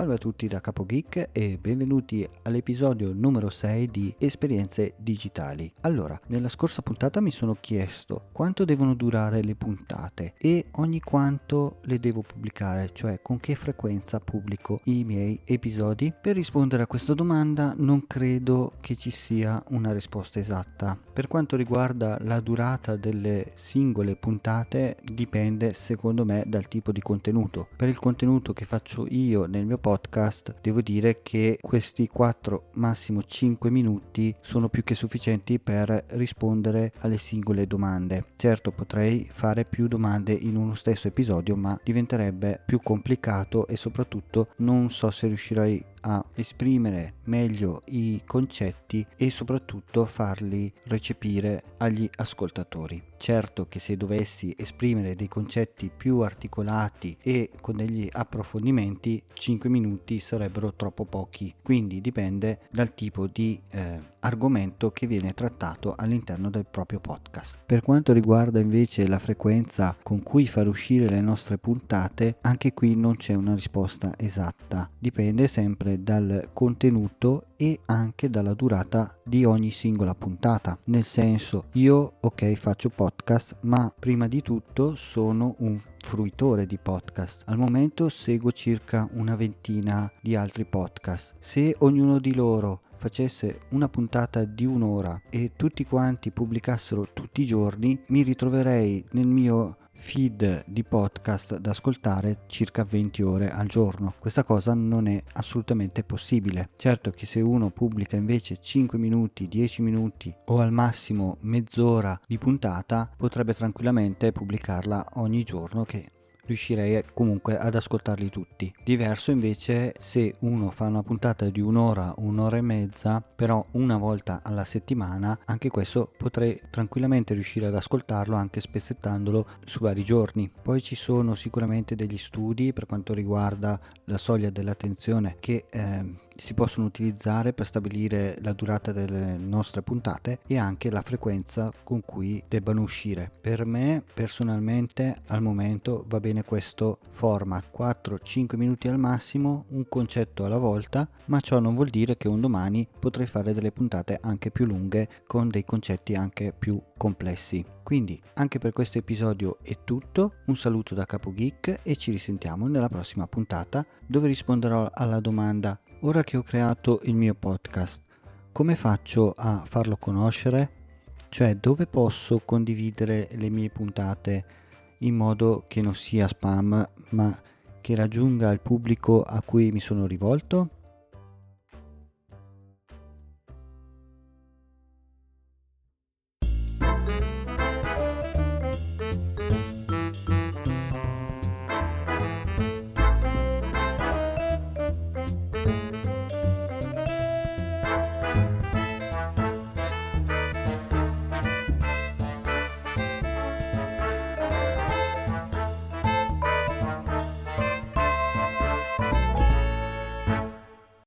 Salve a tutti da Capo Geek e benvenuti all'episodio numero 6 di Esperienze Digitali. Allora, nella scorsa puntata mi sono chiesto quanto devono durare le puntate e ogni quanto le devo pubblicare, cioè con che frequenza pubblico i miei episodi. Per rispondere a questa domanda non credo che ci sia una risposta esatta. Per quanto riguarda la durata delle singole puntate dipende secondo me dal tipo di contenuto. Per il contenuto che faccio io nel mio podcast devo dire che questi 4 massimo 5 minuti sono più che sufficienti per rispondere alle singole domande. Certo, potrei fare più domande in uno stesso episodio, ma diventerebbe più complicato e soprattutto non so se riuscirei a esprimere meglio i concetti e soprattutto farli recepire agli ascoltatori. Certo che se dovessi esprimere dei concetti più articolati e con degli approfondimenti 5 minuti sarebbero troppo pochi, quindi dipende dal tipo di argomento che viene trattato all'interno del proprio podcast. Per quanto riguarda invece la frequenza con cui far uscire le nostre puntate, anche qui non c'è una risposta esatta, dipende sempre dal contenuto e anche dalla durata di ogni singola puntata. Nel senso, io faccio podcast, ma prima di tutto sono un fruitore di podcast. Al momento seguo circa una ventina di altri podcast. Se ognuno di loro facesse una puntata di un'ora e tutti quanti pubblicassero tutti i giorni, mi ritroverei nel mio feed di podcast da ascoltare circa 20 ore al giorno. Questa cosa non è assolutamente possibile. Certo che se uno pubblica invece 5 minuti, 10 minuti o al massimo mezz'ora di puntata, potrebbe tranquillamente pubblicarla ogni giorno, che riuscirei comunque ad ascoltarli tutti. Diverso invece se uno fa una puntata di un'ora e mezza, però una volta alla settimana, anche questo potrei tranquillamente riuscire ad ascoltarlo anche spezzettandolo su vari giorni. Poi ci sono sicuramente degli studi per quanto riguarda la soglia dell'attenzione che si possono utilizzare per stabilire la durata delle nostre puntate e anche la frequenza con cui debbano uscire. Per me personalmente al momento va bene questo format, 4-5 minuti al massimo, un concetto alla volta, ma ciò non vuol dire che un domani potrei fare delle puntate anche più lunghe con dei concetti anche più complessi. Quindi anche per questo episodio è tutto, un saluto da Capo Geek e ci risentiamo nella prossima puntata dove risponderò alla domanda: ora che ho creato il mio podcast, come faccio a farlo conoscere? Cioè, dove posso condividere le mie puntate in modo che non sia spam, ma che raggiunga il pubblico a cui mi sono rivolto?